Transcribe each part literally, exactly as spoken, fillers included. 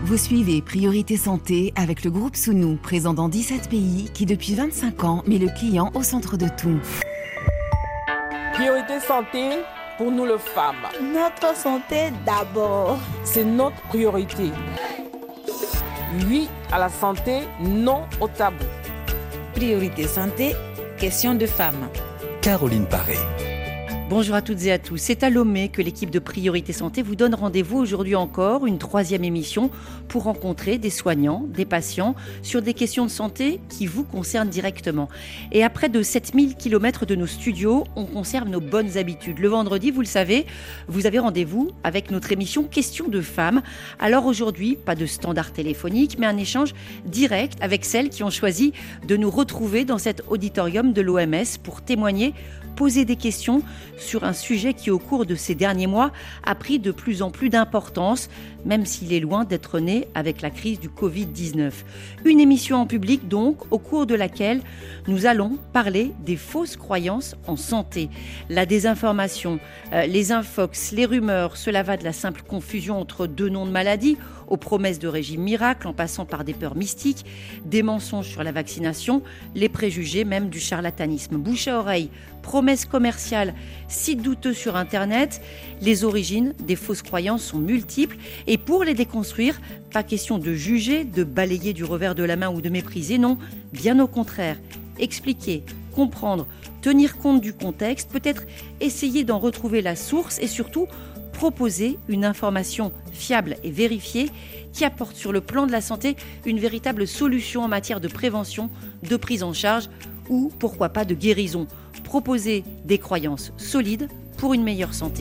Vous suivez Priorité Santé avec le groupe Sounou, présent dans dix-sept pays, qui depuis vingt-cinq ans met le client au centre de tout. Priorité Santé, pour nous les femmes. Notre santé d'abord. C'est notre priorité. Oui à la santé, non au tabou. Priorité Santé, question de femmes. Caroline Paré. Bonjour à toutes et à tous. C'est à Lomé que l'équipe de Priorité Santé vous donne rendez-vous aujourd'hui encore, une troisième émission pour rencontrer des soignants, des patients sur des questions de santé qui vous concernent directement. Et à près de sept mille kilomètres de nos studios, on conserve nos bonnes habitudes. Le vendredi, vous le savez, vous avez rendez-vous avec notre émission Questions de femmes. Alors aujourd'hui, pas de standard téléphonique, mais un échange direct avec celles qui ont choisi de nous retrouver dans cet auditorium de l'O M S pour témoigner, poser des questions sur un sujet qui, au cours de ces derniers mois, a pris de plus en plus d'importance, même s'il est loin d'être né avec la crise du covid dix-neuf. Une émission en public, donc, au cours de laquelle nous allons parler des fausses croyances en santé. La désinformation, euh, les infox, les rumeurs, cela va de la simple confusion entre deux noms de maladies aux promesses de régime miracle, en passant par des peurs mystiques, des mensonges sur la vaccination, les préjugés même du charlatanisme. Bouche à oreille, promesses commerciales, sites douteux sur Internet, les origines des fausses croyances sont multiples. Et pour les déconstruire, pas question de juger, de balayer du revers de la main ou de mépriser, non, bien au contraire. Expliquer, comprendre, tenir compte du contexte, peut-être essayer d'en retrouver la source et surtout proposer une information fiable et vérifiée qui apporte sur le plan de la santé une véritable solution en matière de prévention, de prise en charge ou, pourquoi pas, de guérison. Proposer des croyances solides pour une meilleure santé.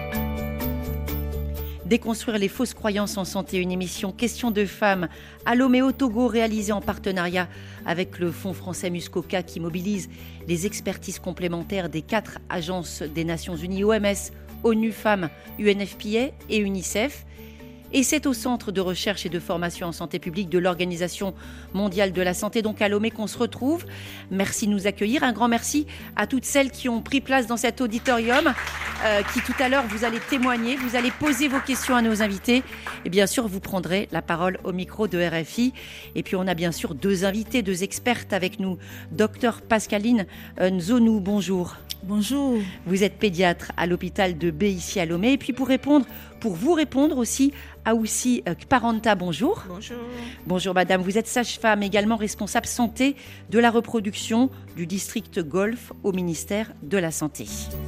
Déconstruire les fausses croyances en santé, une émission Questions de femmes à Lomé au Togo, réalisée en partenariat avec le Fonds français Muskoka qui mobilise les expertises complémentaires des quatre agences des Nations Unies, O M S, ONU Femmes, U N F P A et UNICEF. Et c'est au Centre de recherche et de formation en santé publique de l'Organisation mondiale de la santé, donc à Lomé, qu'on se retrouve. Merci de nous accueillir. Un grand merci à toutes celles qui ont pris place dans cet auditorium, euh, qui tout à l'heure, vous allez témoigner, vous allez poser vos questions à nos invités. Et bien sûr, vous prendrez la parole au micro de R F I. Et puis, on a bien sûr deux invités, deux expertes avec nous. Docteur Pascaline Nzonou, bonjour. Bonjour. Vous êtes pédiatre à l'hôpital de B ici à Lomé. Et puis, pour répondre, pour vous répondre aussi, Aoussi Kparanta, bonjour. Bonjour. Bonjour madame, vous êtes sage-femme, également responsable santé de la reproduction du district Golfe au ministère de la Santé.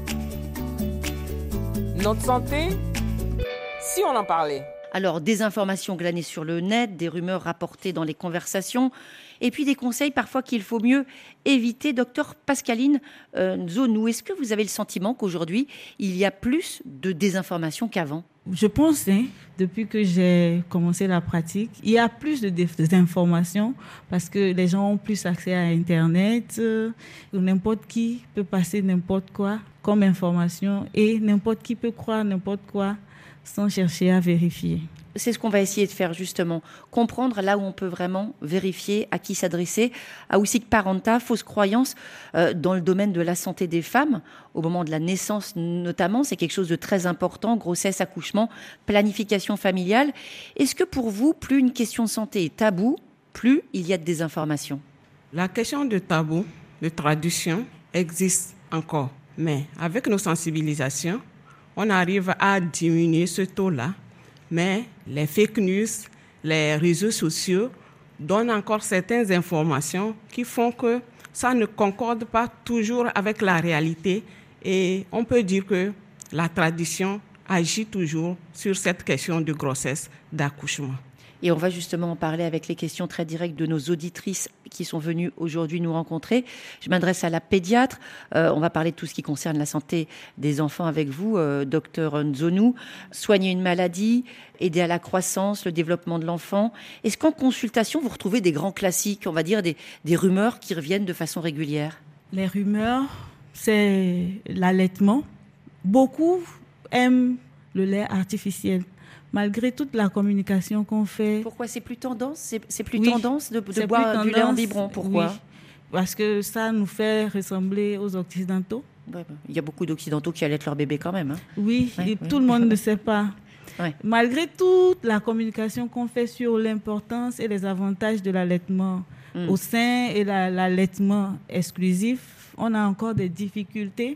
Notre santé, si on en parlait. Alors, des informations glanées sur le net, des rumeurs rapportées dans les conversations, et puis des conseils parfois qu'il faut mieux éviter. Docteur Pascaline euh, Nzonou, est-ce que vous avez le sentiment qu'aujourd'hui, il y a plus de désinformation qu'avant ? Je pense, hein, depuis que j'ai commencé la pratique, il y a plus de désinformation parce que les gens ont plus accès à Internet. Euh, n'importe qui peut passer n'importe quoi comme information et n'importe qui peut croire n'importe quoi sans chercher à vérifier. C'est ce qu'on va essayer de faire justement, comprendre là où on peut vraiment vérifier à qui s'adresser. Aoussi Kparanta, fausses croyances euh, dans le domaine de la santé des femmes, au moment de la naissance notamment, c'est quelque chose de très important, grossesse, accouchement, planification familiale. Est-ce que pour vous, plus une question de santé est taboue, plus il y a de désinformation ? La question de tabou, de tradition, existe encore. Mais avec nos sensibilisations, on arrive à diminuer ce taux-là. Mais les fake news, les réseaux sociaux donnent encore certaines informations qui font que ça ne concorde pas toujours avec la réalité. Et on peut dire que la tradition agit toujours sur cette question de grossesse, d'accouchement. Et on va justement en parler avec les questions très directes de nos auditrices qui sont venues aujourd'hui nous rencontrer. Je m'adresse à la pédiatre. Euh, on va parler de tout ce qui concerne la santé des enfants avec vous, euh, docteur Nzonou. Soigner une maladie, aider à la croissance, le développement de l'enfant. Est-ce qu'en consultation, vous retrouvez des grands classiques, on va dire des, des rumeurs qui reviennent de façon régulière ? Les rumeurs, c'est l'allaitement. Beaucoup aiment le lait artificiel. Malgré toute la communication qu'on fait. Pourquoi c'est plus tendance C'est, c'est plus oui, tendance de, de c'est boire tendance, du lait en biberon. Pourquoi ? Oui, parce que ça nous fait ressembler aux Occidentaux. Ouais, bah, il y a beaucoup d'Occidentaux qui allaitent leur bébé quand même. Hein. Oui, ouais, et oui. tout le monde ne sait pas. Ouais. Malgré toute la communication qu'on fait sur l'importance et les avantages de l'allaitement mmh. au sein et la, l'allaitement exclusif, on a encore des difficultés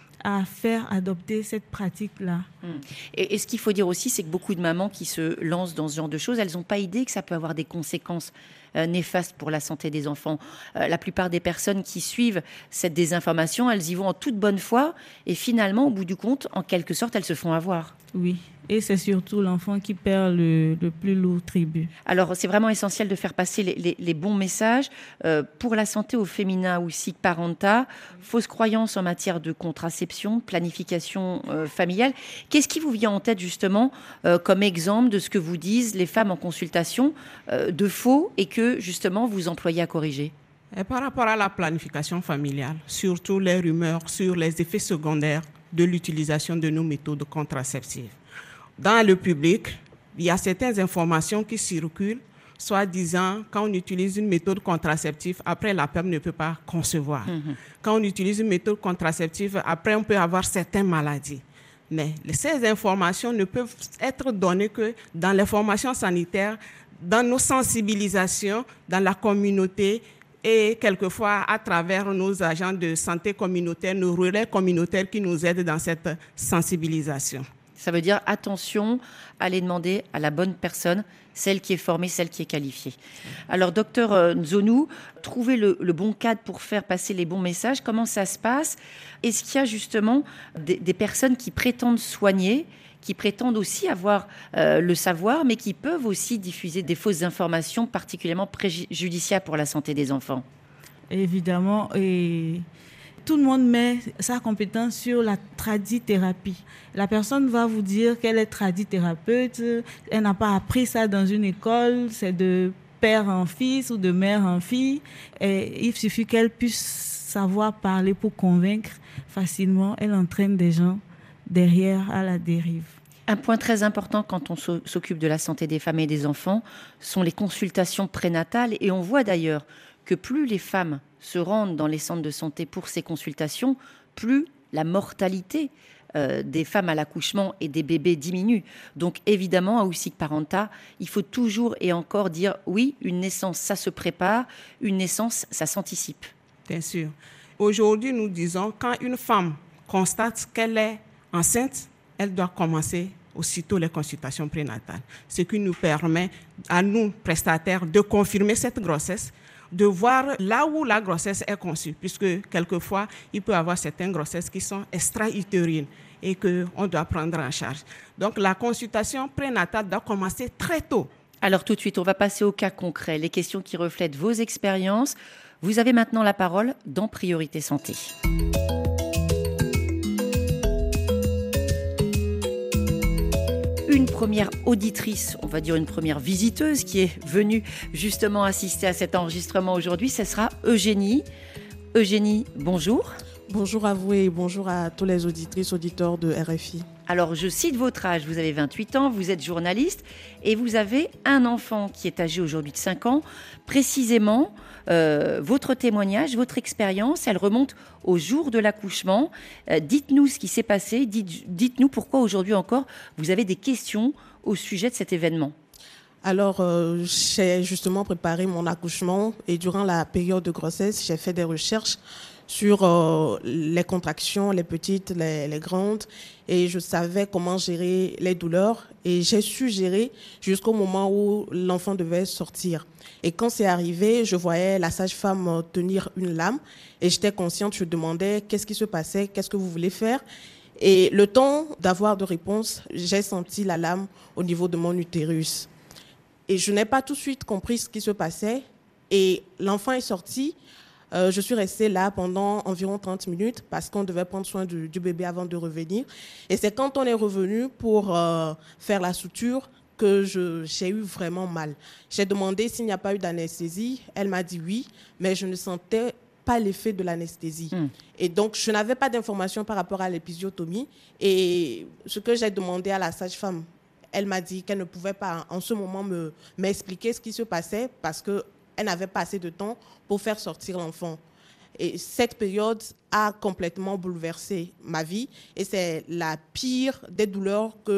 à faire adopter cette pratique-là. Et, et ce qu'il faut dire aussi, c'est que beaucoup de mamans qui se lancent dans ce genre de choses, elles n'ont pas idée que ça peut avoir des conséquences euh, néfastes pour la santé des enfants. Euh, la plupart des personnes qui suivent cette désinformation, elles y vont en toute bonne foi et finalement, au bout du compte, en quelque sorte, elles se font avoir. Oui, et c'est surtout l'enfant qui perd le, le plus lourd tribut. Alors, c'est vraiment essentiel de faire passer les, les, les bons messages euh, pour la santé au féminin ou sic parenta, fausses croyances en matière de contraception, planification euh, familiale. Qu'est-ce qui vous vient en tête justement euh, comme exemple de ce que vous disent les femmes en consultation euh, de faux et que justement vous employez à corriger ? Et par rapport à la planification familiale, surtout les rumeurs sur les effets secondaires de l'utilisation de nos méthodes contraceptives. Dans le public, il y a certaines informations qui circulent, soit disant quand on utilise une méthode contraceptive, après la femme ne peut pas concevoir. Mm-hmm. Quand on utilise une méthode contraceptive, après on peut avoir certaines maladies. Mais ces informations ne peuvent être données que dans les formations sanitaires, dans nos sensibilisations, dans la communauté et quelquefois à travers nos agents de santé communautaire, nos relais communautaires qui nous aident dans cette sensibilisation. Ça veut dire attention à aller demander à la bonne personne, celle qui est formée, celle qui est qualifiée. Alors, docteur Nzonou, trouver le, le bon cadre pour faire passer les bons messages, comment ça se passe ? Est-ce qu'il y a justement des, des personnes qui prétendent soigner, qui prétendent aussi avoir euh, le savoir, mais qui peuvent aussi diffuser des fausses informations particulièrement préjudiciables pour la santé des enfants ? Évidemment, et tout le monde met sa compétence sur la tradithérapie. La personne va vous dire qu'elle est tradithérapeute, elle n'a pas appris ça dans une école, c'est de père en fils ou de mère en fille. Et il suffit qu'elle puisse savoir parler pour convaincre facilement. Elle entraîne des gens derrière à la dérive. Un point très important quand on s'occupe de la santé des femmes et des enfants sont les consultations prénatales. Et on voit d'ailleurs que plus les femmes se rendent dans les centres de santé pour ces consultations, plus la mortalité euh, des femmes à l'accouchement et des bébés diminue. Donc évidemment, à Ousic Parenta, il faut toujours et encore dire oui, une naissance, ça se prépare, une naissance, ça s'anticipe. Bien sûr. Aujourd'hui, nous disons, quand une femme constate qu'elle est enceinte, elle doit commencer aussitôt les consultations prénatales, ce qui nous permet à nous, prestataires, de confirmer cette grossesse, de voir là où la grossesse est conçue, puisque quelquefois, il peut y avoir certaines grossesses qui sont extra-utérines et qu'on doit prendre en charge. Donc, la consultation prénatale doit commencer très tôt. Alors, tout de suite, on va passer au cas concret, les questions qui reflètent vos expériences. Vous avez maintenant la parole dans Priorité Santé. Une première auditrice, on va dire une première visiteuse qui est venue justement assister à cet enregistrement aujourd'hui, ce sera Eugénie. Eugénie, bonjour. Bonjour à vous et bonjour à tous les auditrices, auditeurs de R F I. Alors, je cite votre âge, vous avez vingt-huit ans, vous êtes journaliste et vous avez un enfant qui est âgé aujourd'hui de cinq ans. Précisément, euh, votre témoignage, votre expérience, elle remonte au jour de l'accouchement. Euh, dites-nous ce qui s'est passé, dites, dites-nous pourquoi aujourd'hui encore vous avez des questions au sujet de cet événement. Alors, euh, j'ai justement préparé mon accouchement et durant la période de grossesse, j'ai fait des recherches sur euh, les contractions, les petites, les, les grandes, et je savais comment gérer les douleurs et j'ai su gérer jusqu'au moment où l'enfant devait sortir. Et quand c'est arrivé, je voyais la sage-femme tenir une lame et j'étais consciente, je demandais qu'est-ce qui se passait, qu'est-ce que vous voulez faire. Et le temps d'avoir de réponse, j'ai senti la lame au niveau de mon utérus. Et je n'ai pas tout de suite compris ce qui se passait et l'enfant est sorti. Euh, je suis restée là pendant environ trente minutes parce qu'on devait prendre soin du, du bébé avant de revenir. Et c'est quand on est revenu pour euh, faire la suture que je, j'ai eu vraiment mal. J'ai demandé s'il n'y a pas eu d'anesthésie. Elle m'a dit oui, mais je ne sentais pas l'effet de l'anesthésie. Mmh. Et donc, je n'avais pas d'informations par rapport à l'épisiotomie. Et ce que j'ai demandé à la sage-femme, elle m'a dit qu'elle ne pouvait pas en ce moment me, m'expliquer ce qui se passait parce que elle n'avait pas assez de temps pour faire sortir l'enfant. Et cette période a complètement bouleversé ma vie. Et c'est la pire des douleurs que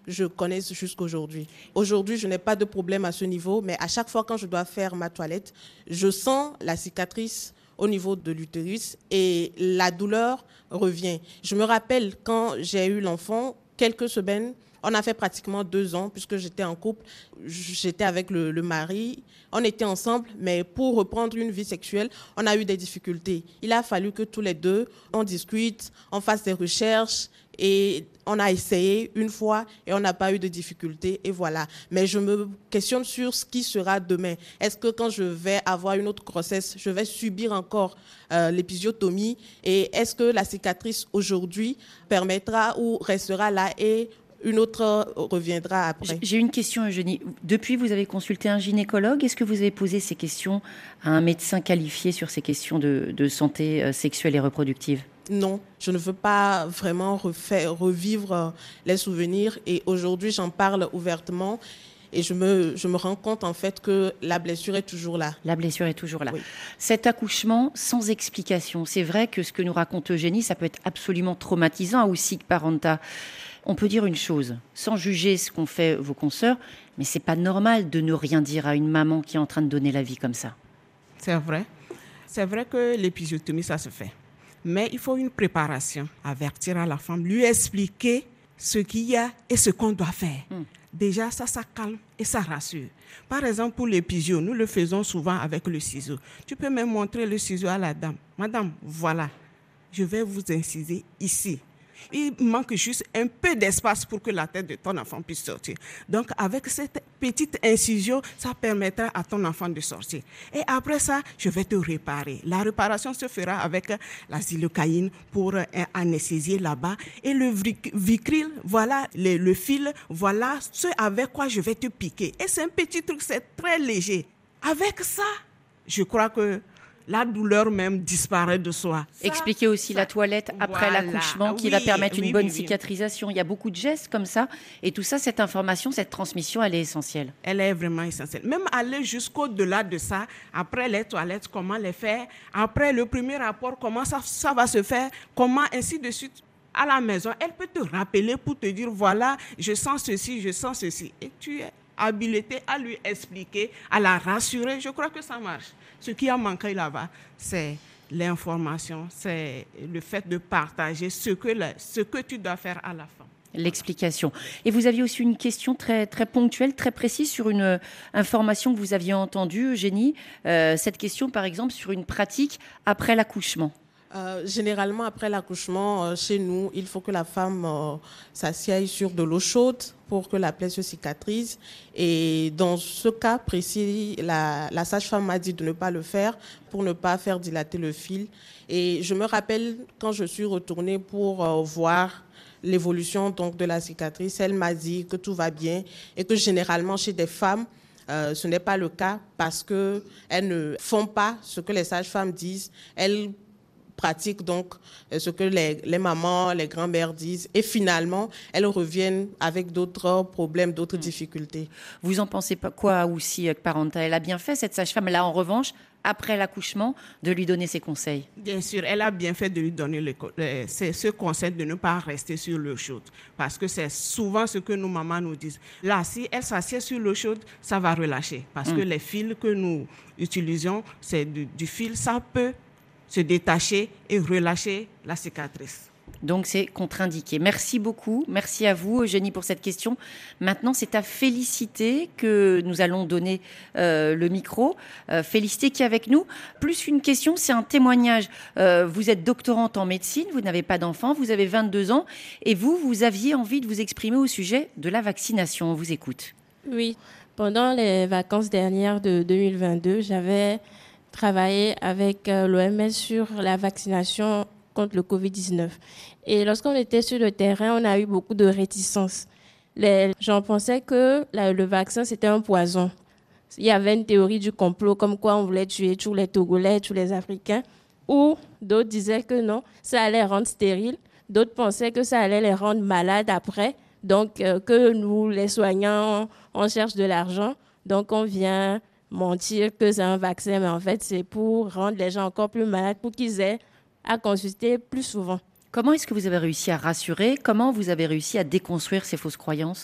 je connaisse jusqu'aujourd'hui. Aujourd'hui, je n'ai pas de problème à ce niveau, mais à chaque fois quand je dois faire ma toilette, je sens la cicatrice au niveau de l'utérus et la douleur revient. Je me rappelle quand j'ai eu l'enfant, quelques semaines, on a fait pratiquement deux ans puisque j'étais en couple, j'étais avec le, le mari, on était ensemble, mais pour reprendre une vie sexuelle, on a eu des difficultés. Il a fallu que tous les deux, on discute, on fasse des recherches et on a essayé une fois et on n'a pas eu de difficultés et voilà. Mais je me questionne sur ce qui sera demain. Est-ce que quand je vais avoir une autre grossesse, je vais subir encore euh, l'épisiotomie et est-ce que la cicatrice aujourd'hui permettra ou restera là et une autre reviendra après. J'ai une question, Eugénie. Depuis, vous avez consulté un gynécologue. Est-ce que vous avez posé ces questions à un médecin qualifié sur ces questions de, de santé sexuelle et reproductive ? Non, je ne veux pas vraiment refaire, revivre les souvenirs. Et aujourd'hui, j'en parle ouvertement. Et je me, je me rends compte en fait que la blessure est toujours là. La blessure est toujours là. Oui. Cet accouchement sans explication, c'est vrai que ce que nous raconte Eugénie, ça peut être absolument traumatisant aussi, Parenta. On peut dire une chose, sans juger ce qu'ont fait vos consoeurs, mais c'est pas normal de ne rien dire à une maman qui est en train de donner la vie comme ça. C'est vrai. C'est vrai que l'épisiotomie, ça se fait. Mais il faut une préparation, avertir à la femme, lui expliquer ce qu'il y a et ce qu'on doit faire. Hum. Déjà, ça, ça calme et ça rassure. Par exemple, pour l'épisio, nous le faisons souvent avec le ciseau. Tu peux même montrer le ciseau à la dame. Madame, voilà, je vais vous inciser ici. Il manque juste un peu d'espace pour que la tête de ton enfant puisse sortir. Donc, avec cette petite incision, ça permettra à ton enfant de sortir. Et après ça, je vais te réparer. La réparation se fera avec la xylocaïne pour anesthésier là-bas. Et le Vicryl, voilà le, le fil, voilà ce avec quoi je vais te piquer. Et c'est un petit truc, c'est très léger. Avec ça, je crois que la douleur même disparaît de soi. Ça, Expliquez aussi ça, la toilette après voilà, l'accouchement qui oui, va permettre une oui, bonne oui, cicatrisation. Il y a beaucoup de gestes comme ça. Et tout ça, cette information, cette transmission, elle est essentielle. Elle est vraiment essentielle. Même aller jusqu'au-delà de ça, après les toilettes, comment les faire, après le premier rapport, comment ça, ça va se faire, comment ainsi de suite. À la maison, elle peut te rappeler pour te dire, voilà, je sens ceci, je sens ceci. Et tu es habilité à lui expliquer, à la rassurer. Je crois que ça marche. Ce qui a manqué là-bas, c'est l'information, c'est le fait de partager ce que, la, ce que tu dois faire à la fin. L'explication. Et vous aviez aussi une question très, très ponctuelle, très précise sur une euh, information que vous aviez entendue, Eugénie. Euh, cette question, par exemple, sur une pratique après l'accouchement. Euh, généralement, après l'accouchement, euh, chez nous, il faut que la femme euh, s'assieye sur de l'eau chaude pour que la plaie se cicatrise. Et dans ce cas précis, la, la sage-femme m'a dit de ne pas le faire pour ne pas faire dilater le fil. Et je me rappelle quand je suis retournée pour euh, voir l'évolution donc de la cicatrice, elle m'a dit que tout va bien et que généralement chez des femmes, Euh, ce n'est pas le cas parce qu'elles ne font pas ce que les sages-femmes disent. Elles pratiquent donc ce que les, les mamans, les grands-mères disent et finalement, elles reviennent avec d'autres problèmes, d'autres mmh. difficultés. Vous en pensez pas quoi aussi, Parenta? Elle a bien fait, cette sage-femme. Là, en revanche, après l'accouchement, de lui donner ses conseils. Bien sûr, elle a bien fait de lui donner le, le, ce conseil de ne pas rester sur l'eau chaude. Parce que c'est souvent ce que nos mamans nous disent. Là, si elle s'assied sur l'eau chaude, ça va relâcher. Parce mmh. que les fils que nous utilisons, c'est du, du fil, ça peut se détacher et relâcher la cicatrice. Donc, c'est contre-indiqué. Merci beaucoup. Merci à vous, Eugénie, pour cette question. Maintenant, c'est à Félicité que nous allons donner euh, le micro. Euh, Félicité qui est avec nous. Plus qu'une question, c'est un témoignage. Euh, vous êtes doctorante en médecine, vous n'avez pas d'enfant, vous avez vingt-deux ans et vous, vous aviez envie de vous exprimer au sujet de la vaccination. On vous écoute. Oui. Pendant les vacances dernières de deux mille vingt-deux, j'avais travaillé avec euh, l'O M S sur la vaccination contre le covid dix-neuf. Et lorsqu'on était sur le terrain, on a eu beaucoup de réticences. Les gens pensaient que la, le vaccin, c'était un poison. Il y avait une théorie du complot, comme quoi on voulait tuer tous les Togolais, tous les Africains. Ou d'autres disaient que non, ça allait les rendre stériles. D'autres pensaient que ça allait les rendre malades après. Donc, euh, que nous, les soignants, on, on cherche de l'argent. Donc, on vient mentir que c'est un vaccin, mais en fait, c'est pour rendre les gens encore plus malades, pour qu'ils aient à consulter plus souvent. Comment est-ce que vous avez réussi à rassurer? Comment vous avez réussi à déconstruire ces fausses croyances?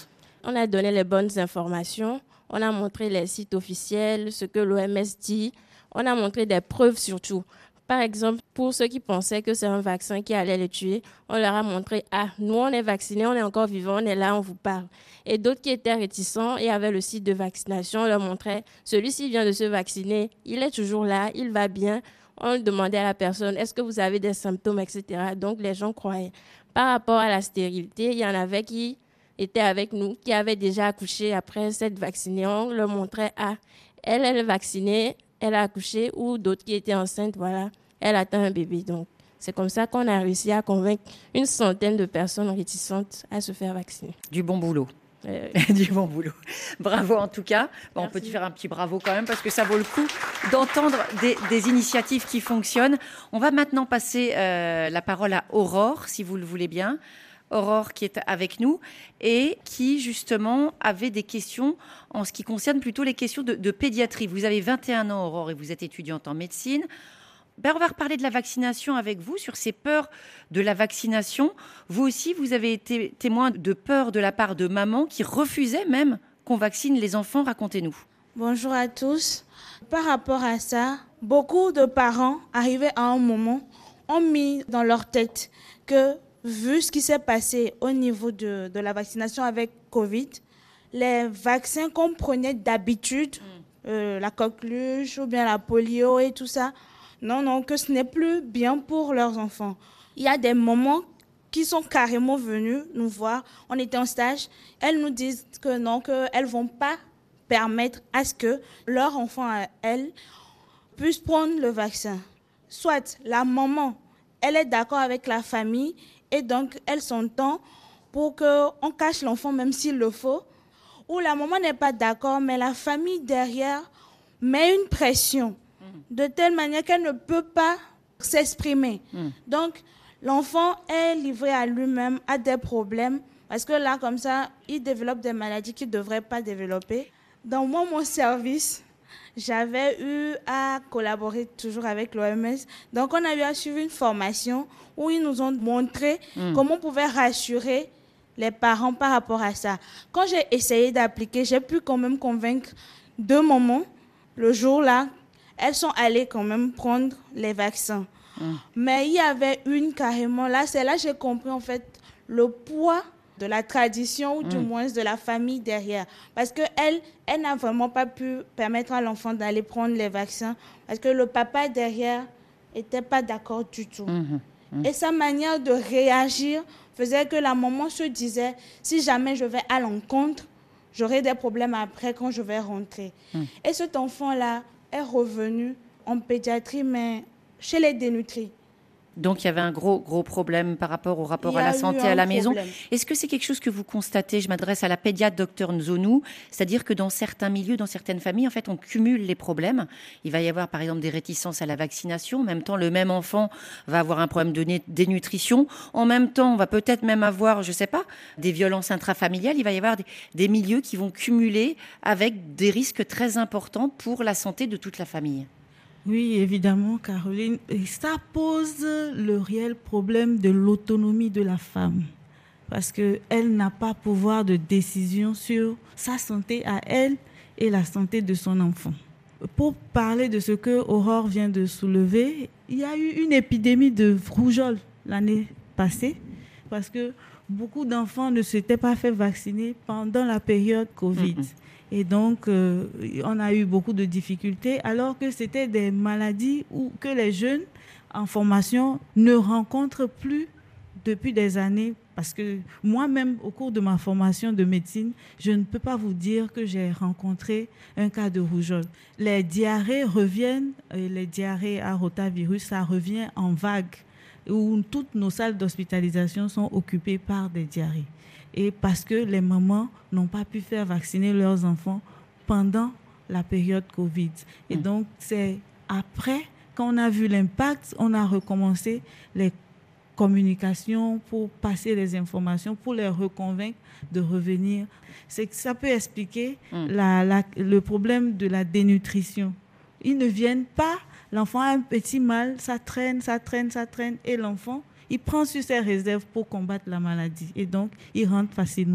On a donné les bonnes informations. On a montré les sites officiels, ce que l'O M S dit. On a montré des preuves surtout. Par exemple, pour ceux qui pensaient que c'est un vaccin qui allait les tuer, on leur a montré « Ah, nous, on est vaccinés, on est encore vivants, on est là, on vous parle. » Et d'autres qui étaient réticents et avaient le site de vaccination, on leur montrait « Celui-ci vient de se vacciner, il est toujours là, il va bien. » On demandait à la personne « Est-ce que vous avez des symptômes, et cetera » Donc, les gens croyaient. Par rapport à la stérilité, il y en avait qui étaient avec nous, qui avaient déjà accouché après s'être vaccinés. On leur montrait « Ah, elle, elle est vaccinée. » Elle a accouché, ou d'autres qui étaient enceintes, voilà, elle attend un bébé. Donc, c'est comme ça qu'on a réussi à convaincre une centaine de personnes réticentes à se faire vacciner. Du bon boulot. Euh, du bon boulot. Bravo en tout cas. Bon, on peut te faire un petit bravo quand même parce que ça vaut le coup d'entendre des, des initiatives qui fonctionnent. On va maintenant passer euh, la parole à Aurore, si vous le voulez bien. Aurore qui est avec nous et qui justement avait des questions en ce qui concerne plutôt les questions de, de pédiatrie. Vous avez vingt et un ans, Aurore, et vous êtes étudiante en médecine. Ben, on va reparler de la vaccination avec vous, sur ces peurs de la vaccination. Vous aussi, vous avez été témoin de peurs de la part de mamans qui refusaient même qu'on vaccine les enfants. Racontez-nous. Bonjour à tous. Par rapport à ça, beaucoup de parents, arrivés à un moment, ont mis dans leur tête que vu ce qui s'est passé au niveau de, de la vaccination avec Covid, les vaccins qu'on prenait d'habitude, mm. euh, la coqueluche ou bien la polio et tout ça, non, non, que ce n'est plus bien pour leurs enfants. Il y a des moments qui sont carrément venus nous voir. On était en stage. Elles nous disent que non, qu'elles ne vont pas permettre à ce que leur enfant, elles, puissent prendre le vaccin. Soit la maman, elle est d'accord avec la famille, et donc, elle s'entend pour qu'on cache l'enfant même s'il le faut. Ou la maman n'est pas d'accord, mais la famille derrière met une pression de telle manière qu'elle ne peut pas s'exprimer. Mm. Donc, l'enfant est livré à lui-même, à des problèmes. Parce que là, comme ça, il développe des maladies qu'il ne devrait pas développer. Dans moi, mon service, j'avais eu à collaborer toujours avec l'O M S. Donc, on a eu à suivre une formation où ils nous ont montré mmh. comment on pouvait rassurer les parents par rapport à ça. Quand j'ai essayé d'appliquer, j'ai pu quand même convaincre deux mamans. Le jour-là, elles sont allées quand même prendre les vaccins. Mmh. Mais il y avait une carrément, là, c'est là que j'ai compris en fait le poids de la tradition ou mmh. du moins de la famille derrière. Parce qu'elle, elle n'a vraiment pas pu permettre à l'enfant d'aller prendre les vaccins parce que le papa derrière n'était pas d'accord du tout. Mmh. Mmh. Et sa manière de réagir faisait que la maman se disait, si jamais je vais à l'encontre, j'aurai des problèmes après quand je vais rentrer. Mmh. Et cet enfant-là est revenu en pédiatrie, mais chez les dénutris. Donc, il y avait un gros, gros problème par rapport au rapport à la santé à la maison. Est-ce que c'est quelque chose que vous constatez? Je m'adresse à la pédiatre docteur Nzonou. C'est-à-dire que dans certains milieux, dans certaines familles, en fait, on cumule les problèmes. Il va y avoir, par exemple, des réticences à la vaccination. En même temps, le même enfant va avoir un problème de dénutrition. En même temps, on va peut-être même avoir, je ne sais pas, des violences intrafamiliales. Il va y avoir des, des milieux qui vont cumuler avec des risques très importants pour la santé de toute la famille. Oui, évidemment, Caroline. Et ça pose le réel problème de l'autonomie de la femme. Parce qu'elle n'a pas pouvoir de décision sur sa santé à elle et la santé de son enfant. Pour parler de ce que Aurore vient de soulever, il y a eu une épidémie de rougeole l'année passée. Parce que beaucoup d'enfants ne s'étaient pas fait vacciner pendant la période Covid. Mm-hmm. Et donc, euh, on a eu beaucoup de difficultés, alors que c'était des maladies où, que les jeunes en formation ne rencontrent plus depuis des années. Parce que moi-même, au cours de ma formation de médecine, je ne peux pas vous dire que j'ai rencontré un cas de rougeole. Les diarrhées reviennent, et les diarrhées à rotavirus, ça revient en vague, où toutes nos salles d'hospitalisation sont occupées par des diarrhées. Et parce que les mamans n'ont pas pu faire vacciner leurs enfants pendant la période Covid. Et mmh. donc, c'est après, quand on a vu l'impact, on a recommencé les communications pour passer les informations, pour les reconvaincre de revenir. C'est que ça peut expliquer mmh. la, la, le problème de la dénutrition. Ils ne viennent pas, l'enfant a un petit mal, ça traîne, ça traîne, ça traîne, et l'enfant, il prend sur ses réserves pour combattre la maladie. Et donc, il rentre facilement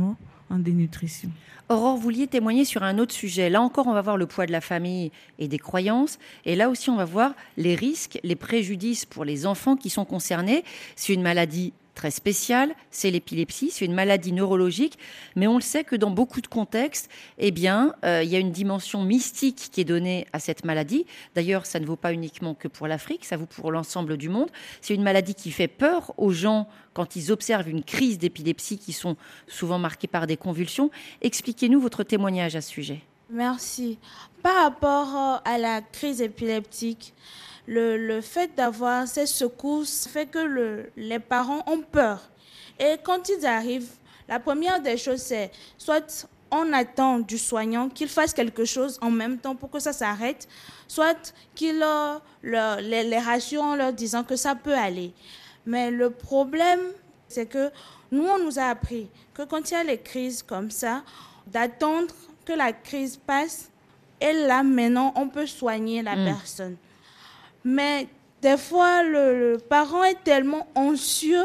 en dénutrition. Aurore, vous vouliez témoigner sur un autre sujet. Là encore, on va voir le poids de la famille et des croyances. Et là aussi, on va voir les risques, les préjudices pour les enfants qui sont concernés. C'est une maladie très spéciale, c'est l'épilepsie, c'est une maladie neurologique, mais on le sait que dans beaucoup de contextes, eh bien, euh, il y a une dimension mystique qui est donnée à cette maladie. D'ailleurs, ça ne vaut pas uniquement que pour l'Afrique, ça vaut pour l'ensemble du monde. C'est une maladie qui fait peur aux gens quand ils observent une crise d'épilepsie qui sont souvent marquées par des convulsions. Expliquez-nous votre témoignage à ce sujet. Merci. Par rapport à la crise épileptique, Le, le fait d'avoir ces secousses fait que le, les parents ont peur. Et quand ils arrivent, la première des choses, c'est soit on attend du soignant qu'il fasse quelque chose en même temps pour que ça s'arrête, soit qu'il leur, leur, les, les rassure en leur disant que ça peut aller. Mais le problème, c'est que nous, on nous a appris que quand il y a les crises comme ça, d'attendre que la crise passe, et là, maintenant, on peut soigner la mmh. personne. Mais des fois, le, le parent est tellement anxieux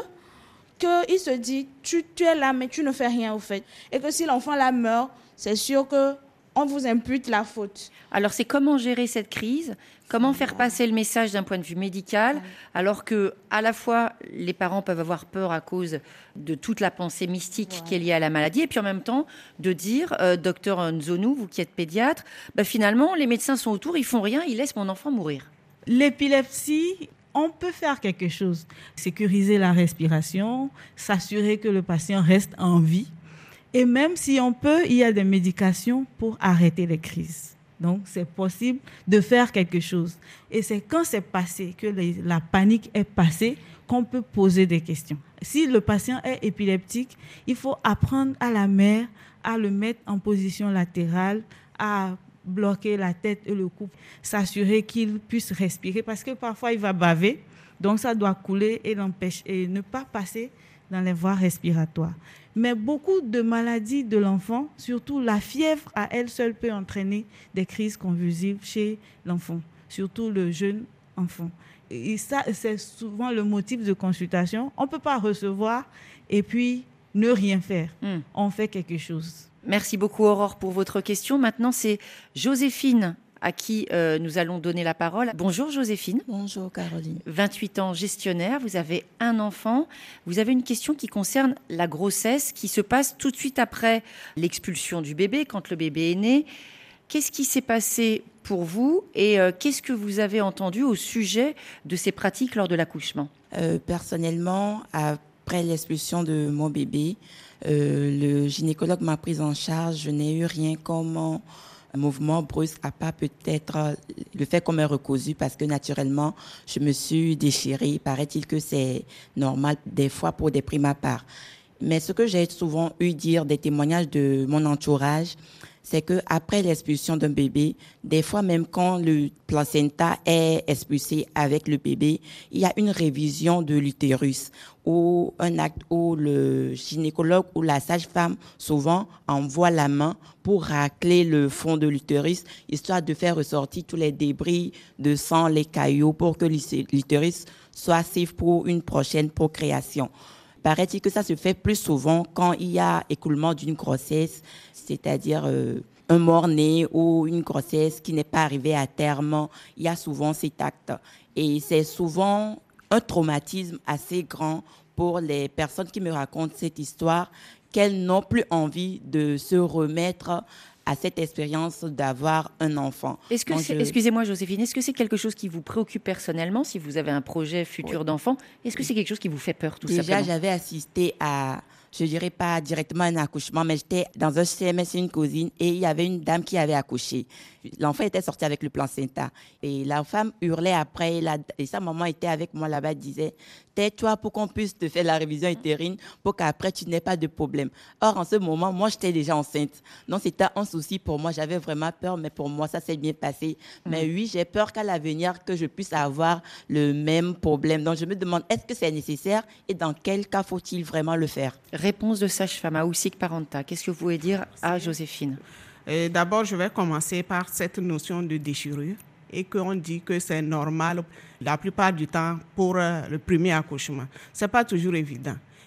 qu'il se dit, tu, tu es là, mais tu ne fais rien au fait. Et que si l'enfant là meurt, c'est sûr qu'on vous impute la faute. Alors, c'est comment gérer cette crise ? Comment faire passer le message d'un point de vue médical, alors que à la fois les parents peuvent avoir peur à cause de toute la pensée mystique ouais. qui est liée à la maladie, et puis en même temps de dire, euh, docteur Nzonou, vous qui êtes pédiatre, bah, finalement les médecins sont autour, ils font rien, ils laissent mon enfant mourir. L'épilepsie, on peut faire quelque chose. Sécuriser la respiration, s'assurer que le patient reste en vie. Et même si on peut, il y a des médications pour arrêter les crises. Donc, c'est possible de faire quelque chose. Et c'est quand c'est passé, que les, la panique est passée, qu'on peut poser des questions. Si le patient est épileptique, il faut apprendre à la mère à le mettre en position latérale, à bloquer la tête et le cou, s'assurer qu'il puisse respirer parce que parfois il va baver, donc ça doit couler et l'empêcher et ne pas passer dans les voies respiratoires. Mais beaucoup de maladies de l'enfant, surtout la fièvre à elle seule peut entraîner des crises convulsives chez l'enfant, surtout le jeune enfant. Et ça, c'est souvent le motif de consultation. On ne peut pas recevoir et puis ne rien faire. Mmh. On fait quelque chose. Merci beaucoup Aurore pour votre question. Maintenant, c'est Joséphine à qui euh, nous allons donner la parole. Bonjour Joséphine. Bonjour Caroline. vingt-huit ans, gestionnaire, vous avez un enfant. Vous avez une question qui concerne la grossesse qui se passe tout de suite après l'expulsion du bébé, quand le bébé est né. Qu'est-ce qui s'est passé pour vous et euh, qu'est-ce que vous avez entendu au sujet de ces pratiques lors de l'accouchement ? euh, Personnellement, après l'expulsion de mon bébé, Euh, le gynécologue m'a prise en charge. Je n'ai eu rien comme un mouvement brusque, à part peut-être le fait qu'on m'ait recousu parce que naturellement, je me suis déchirée. Paraît-il que c'est normal des fois pour des primes à part. Mais ce que j'ai souvent eu dire des témoignages de mon entourage, c'est que après l'expulsion d'un bébé, des fois même quand le placenta est expulsé avec le bébé, il y a une révision de l'utérus ou un acte où le gynécologue ou la sage-femme souvent envoie la main pour racler le fond de l'utérus, histoire de faire ressortir tous les débris de sang, les caillots, pour que l'utérus soit safe pour une prochaine procréation. Paraît-il que ça se fait plus souvent quand il y a écoulement d'une grossesse, c'est-à-dire euh, un mort-né ou une grossesse qui n'est pas arrivée à terme. Il y a souvent cet acte. Et c'est souvent un traumatisme assez grand pour les personnes qui me racontent cette histoire, qu'elles n'ont plus envie de se remettre à cette expérience d'avoir un enfant. Est-ce que c'est, je... Excusez-moi Joséphine, est-ce que c'est quelque chose qui vous préoccupe personnellement, si vous avez un projet futur oui. d'enfant ? Est-ce que c'est quelque chose qui vous fait peur tout Déjà, simplement ? Déjà, j'avais assisté à, je dirais pas directement un accouchement, mais j'étais dans un C M S, une cousine, et il y avait une dame qui avait accouché. L'enfant était sorti avec le placenta. Et la femme hurlait après, et, la, et sa maman était avec moi là-bas, disait « Tais-toi pour qu'on puisse te faire la révision utérine, pour qu'après tu n'aies pas de problème. » Or, en ce moment, moi, j'étais déjà enceinte. Donc, c'était un souci pour moi. J'avais vraiment peur, mais pour moi, ça s'est bien passé. Mmh. Mais oui, j'ai peur qu'à l'avenir, que je puisse avoir le même problème. Donc, je me demande, est-ce que c'est nécessaire et dans quel cas faut-il vraiment le faire ? Réponse de sage-femme à Oussik Parenta. Qu'est-ce que vous voulez dire à Joséphine ? Et d'abord, je vais commencer par cette notion de déchirure et qu'on dit que c'est normal la plupart du temps pour le premier accouchement. Ce n'est pas toujours évident.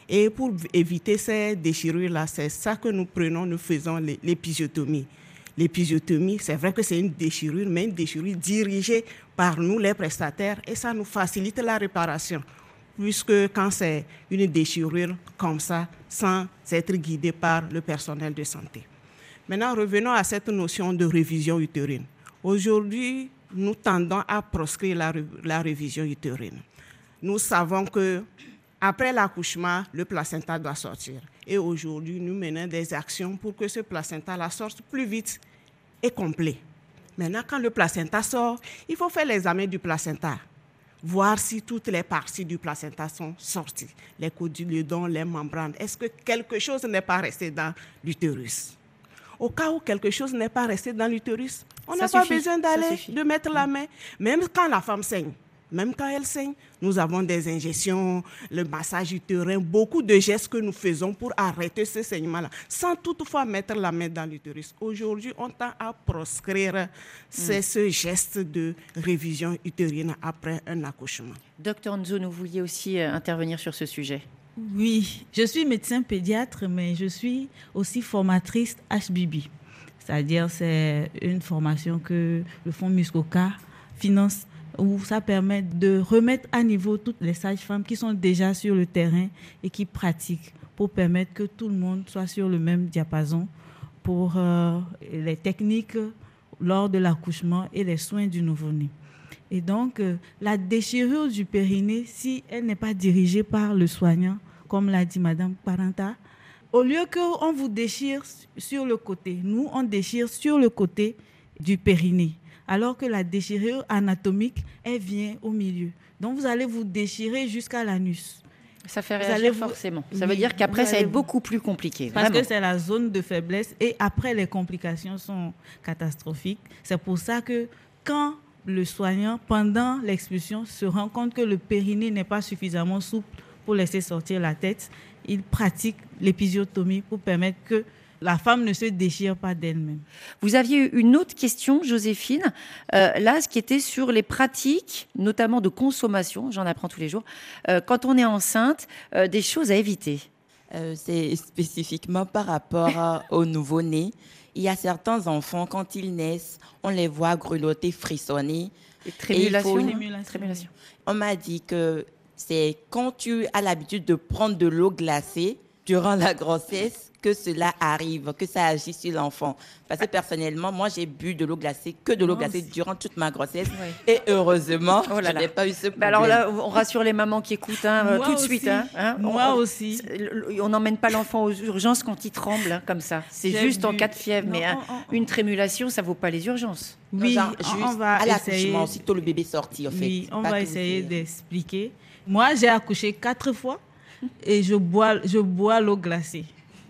Et pour éviter ces déchirures-là, c'est ça que nous prenons, nous faisons l'épisiotomie. L'épisiotomie, c'est vrai que c'est une déchirure, mais une déchirure dirigée par nous, les prestataires, et ça nous facilite la réparation. Puisque quand c'est une déchirure comme ça, sans être guidé par le personnel de santé. Maintenant, revenons à cette notion de révision utérine. Aujourd'hui, nous tendons à proscrire la, la révision utérine. Nous savons que après l'accouchement, le placenta doit sortir. Et aujourd'hui, nous menons des actions pour que ce placenta sorte plus vite et complet. Maintenant, quand le placenta sort, il faut faire l'examen du placenta, voir si toutes les parties du placenta sont sorties, les cotylédons, les membranes. Est-ce que quelque chose n'est pas resté dans l'utérus? Au cas où quelque chose n'est pas resté dans l'utérus, on n'a pas besoin d'aller, de mettre la main, même quand la femme saigne. Même quand elle saigne, nous avons des injections, le massage utérin, beaucoup de gestes que nous faisons pour arrêter ce saignement-là, sans toutefois mettre la main dans l'utérus. Aujourd'hui, on tend à proscrire c'est ce geste de révision utérine après un accouchement. Docteur Nzo, vous vouliez aussi intervenir sur ce sujet? Oui, je suis médecin pédiatre, mais je suis aussi formatrice H B B. C'est-à-dire, c'est une formation que le Fonds Muskoka finance, où ça permet de remettre à niveau toutes les sages-femmes qui sont déjà sur le terrain et qui pratiquent pour permettre que tout le monde soit sur le même diapason pour euh, les techniques lors de l'accouchement et les soins du nouveau-né. Et donc, euh, la déchirure du périnée, si elle n'est pas dirigée par le soignant, comme l'a dit Madame Parenta, au lieu qu'on vous déchire sur le côté, nous, on déchire sur le côté du périnée. Alors que la déchirure anatomique, elle vient au milieu. Donc, vous allez vous déchirer jusqu'à l'anus. Ça fait réagir vous... forcément. Ça oui, veut dire qu'après, ça va être beaucoup plus compliqué. Parce vraiment. que c'est la zone de faiblesse et après, les complications sont catastrophiques. C'est pour ça que quand le soignant, pendant l'expulsion, se rend compte que le périnée n'est pas suffisamment souple pour laisser sortir la tête, il pratique l'épisiotomie pour permettre que la femme ne se déchire pas d'elle-même. Vous aviez une autre question, Joséphine, euh, là, ce qui était sur les pratiques, notamment de consommation, j'en apprends tous les jours, euh, quand on est enceinte, euh, des choses à éviter. Euh, c'est spécifiquement par rapport à, aux nouveau-nés. Il y a certains enfants, quand ils naissent, on les voit grelotter, frissonner. Et trémulation, et il faut... trémulation. trémulation. On m'a dit que c'est quand tu as l'habitude de prendre de l'eau glacée durant la grossesse que cela arrive, que ça agit sur l'enfant. Parce que personnellement, moi, j'ai bu de l'eau glacée, que de l'eau oh, glacée durant toute ma grossesse. Oui. Et heureusement, oh là là. je n'ai pas eu ce problème. Bah alors là, on rassure les mamans qui écoutent hein, tout de suite. Hein, hein, moi on, aussi. On n'emmène pas l'enfant aux urgences quand il tremble, hein, comme ça. C'est j'ai juste bu. en cas de fièvre. Non, mais hein, on, on, une trémulation, ça ne vaut pas les urgences. Oui, Genre, juste on va à l'accouchement, essayer... aussitôt le bébé sorti, en fait. Oui, on va essayer d'expliquer. Moi, j'ai accouché quatre fois et je bois, je bois l'eau glacée.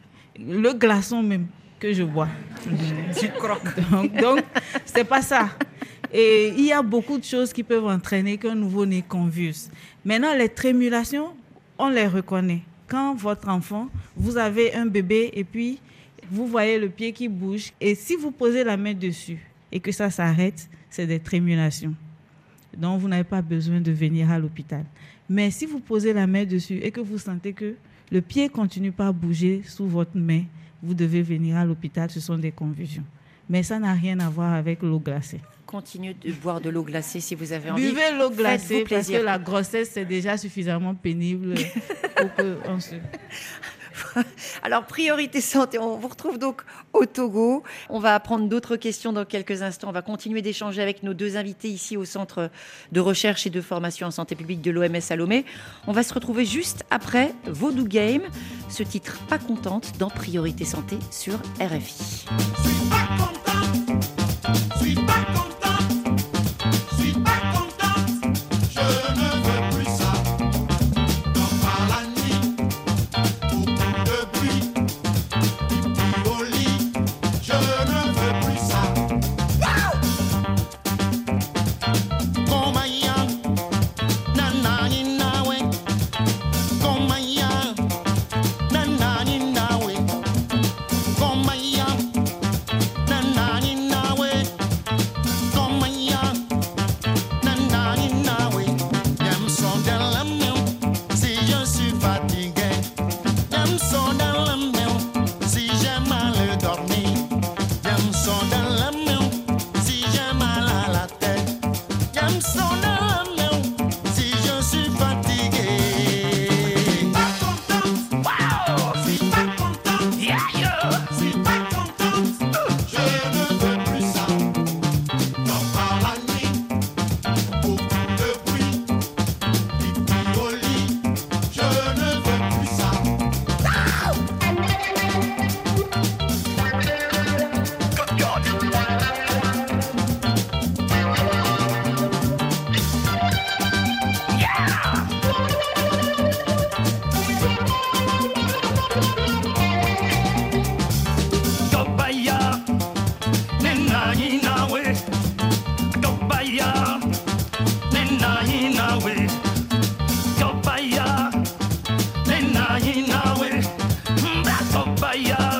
Le glaçon même que je bois. Tu croques. Donc, donc, c'est pas ça. Et il y a beaucoup de choses qui peuvent entraîner qu'un nouveau-né convulse. Maintenant, les trémulations, on les reconnaît. Quand votre enfant, vous avez un bébé et puis vous voyez le pied qui bouge, et si vous posez la main dessus et que ça s'arrête, c'est des trémulations. Donc, vous n'avez pas besoin de venir à l'hôpital. Mais si vous posez la main dessus et que vous sentez que le pied ne continue pas à bouger sous votre main, vous devez venir à l'hôpital, ce sont des convulsions. Mais ça n'a rien à voir avec l'eau glacée. Continuez de boire de l'eau glacée si vous avez envie. Buvez l'eau glacée parce que la grossesse, c'est déjà suffisamment pénible pour qu'on se... Alors, Priorité Santé, on vous retrouve donc au Togo. On va prendre d'autres questions dans quelques instants. On va continuer d'échanger avec nos deux invités ici au Centre de recherche et de formation en santé publique de l'O M S à Lomé. On va se retrouver juste après Vaudou Game, ce titre Pas contente dans Priorité Santé sur R F I. Je suis pas contente, je suis pas contente, je suis pas contente, je ne veux plus ça. Dans par la nuit, beaucoup de bruit, pipi au lit, je ne veux plus ça. Komaya, nana ninawe, komaya, nana ninawe, komaya, nana. inawe, Gobaya, Nina inawe, Gobaya, Nina inawe, Gobaya,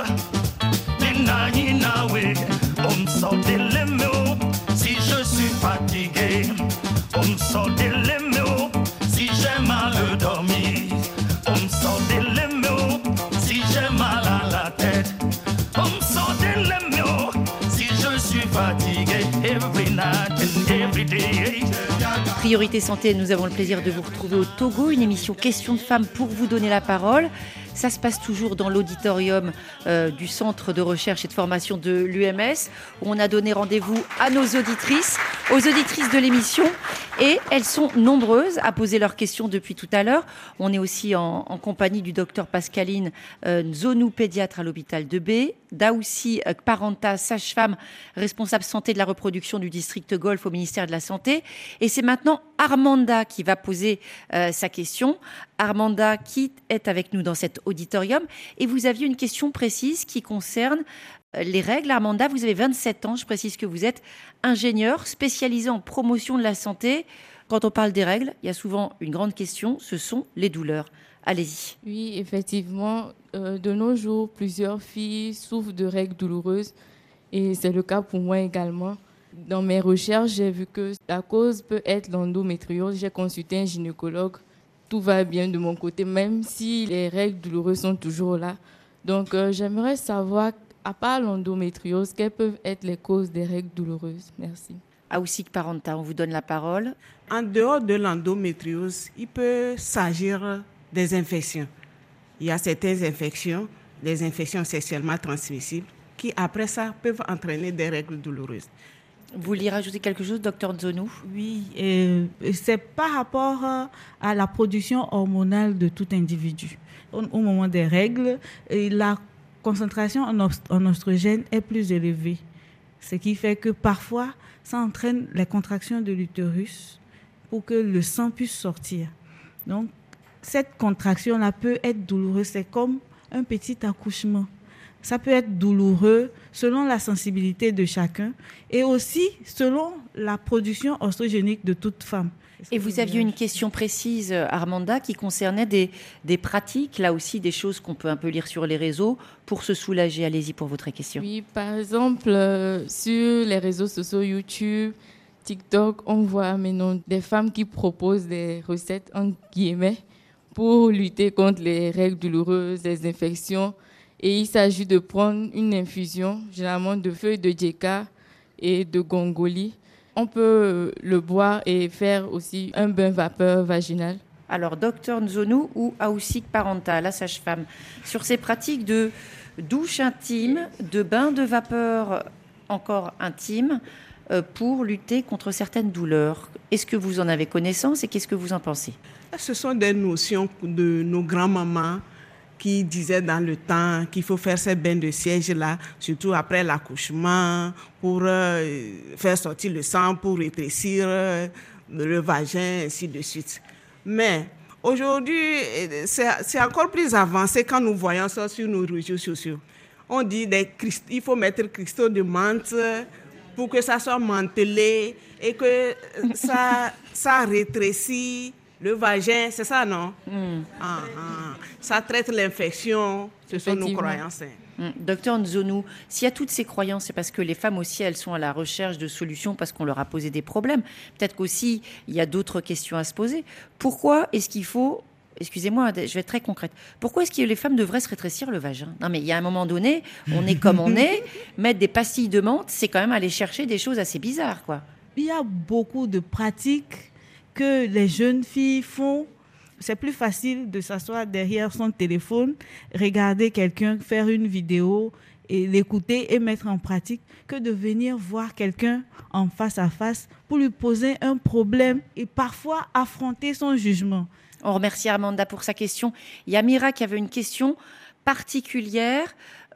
Nina inawe, on me sort des mots si je suis fatigué, on me sort des mots si j'ai mal dormi, on me sort des mots si j'ai mal à la tête, on me sort des mots si je suis fatigué, every night and every day. Priorité Santé, nous avons le plaisir de vous retrouver au Togo, une émission Questions de femmes pour vous donner la parole. Ça se passe toujours dans l'auditorium euh, du Centre de recherche et de formation de l'U M S, où on a donné rendez-vous à nos auditrices, aux auditrices de l'émission, et elles sont nombreuses à poser leurs questions depuis tout à l'heure. On est aussi en, en compagnie du docteur Pascaline euh, Nzonou, pédiatre à l'hôpital de B, Daoussi euh, Parenta, sage-femme, responsable santé de la reproduction du district Golfe au ministère de la Santé. Et c'est maintenant Armanda qui va poser euh, sa question. Armanda qui est avec nous dans cet auditorium. Et vous aviez une question précise qui concerne les règles. Armanda, vous avez vingt-sept ans. Je précise que vous êtes ingénieur spécialisé en promotion de la santé. Quand on parle des règles, il y a souvent une grande question, ce sont les douleurs. Allez-y. Oui, effectivement, euh, de nos jours, plusieurs filles souffrent de règles douloureuses et c'est le cas pour moi également. Dans mes recherches, j'ai vu que la cause peut être l'endométriose. J'ai consulté un gynécologue. Tout va bien de mon côté, même si les règles douloureuses sont toujours là. Donc, euh, j'aimerais savoir, à part l'endométriose, quelles peuvent être les causes des règles douloureuses? Merci. Aoussik Parenta, on vous donne la parole. En dehors de l'endométriose, il peut s'agir des infections. Il y a certaines infections, des infections sexuellement transmissibles, qui après ça peuvent entraîner des règles douloureuses. Vous vouliez rajouter quelque chose, docteur Nzonou? Oui, et c'est par rapport à la production hormonale de tout individu. Au, au moment des règles, la concentration en oestrogène est plus élevée, ce qui fait que parfois, ça entraîne les contractions de l'utérus pour que le sang puisse sortir. Donc, cette contraction-là peut être douloureuse. C'est comme un petit accouchement. Ça peut être douloureux selon la sensibilité de chacun et aussi selon la production oestrogénique de toute femme. Et vous aviez une question précise, Armanda, qui concernait des, des pratiques, là aussi des choses qu'on peut un peu lire sur les réseaux pour se soulager. Allez-y pour votre question. Oui, par exemple, euh, sur les réseaux sociaux, YouTube, TikTok, on voit maintenant des femmes qui proposent des recettes, entre guillemets, pour lutter contre les règles douloureuses, les infections. Et il s'agit de prendre une infusion, généralement de feuilles de djeka et de gongoli. On peut le boire et faire aussi un bain vapeur vaginal. Alors, docteur Nzonou ou Aoussik Parenta, la sage-femme, sur ces pratiques de douche intime, de bain de vapeur encore intime, euh, pour lutter contre certaines douleurs. Est-ce que vous en avez connaissance et qu'est-ce que vous en pensez? Ce sont des notions de nos grands-mamans qui disaient dans le temps qu'il faut faire ces bains de siège-là, surtout après l'accouchement, pour euh, faire sortir le sang, pour rétrécir euh, le vagin, ainsi de suite. Mais aujourd'hui, c'est, c'est encore plus avancé quand nous voyons ça sur nos réseaux sociaux. On dit qu'il faut mettre cristaux de menthe pour que ça soit mantelé et que ça, ça rétrécit le vagin, c'est ça, non? Mm. Ah, ah. Ça traite l'infection, ce sont nos croyances. Mm. Docteur Nzonou, s'il y a toutes ces croyances, c'est parce que les femmes aussi, elles sont à la recherche de solutions parce qu'on leur a posé des problèmes. Peut-être qu'aussi, il y a d'autres questions à se poser. Pourquoi est-ce qu'il faut... Excusez-moi, je vais être très concrète. Pourquoi est-ce que les femmes devraient se rétrécir le vagin? Non, mais il y a un moment donné, on est comme on est. Mettre des pastilles de menthe, c'est quand même aller chercher des choses assez bizarres, quoi. Il y a beaucoup de pratiques que les jeunes filles font. C'est plus facile de s'asseoir derrière son téléphone, regarder quelqu'un faire une vidéo et l'écouter et mettre en pratique que de venir voir quelqu'un en face à face pour lui poser un problème et parfois affronter son jugement. On remercie Armanda pour sa question. Il y a Mira qui avait une question particulière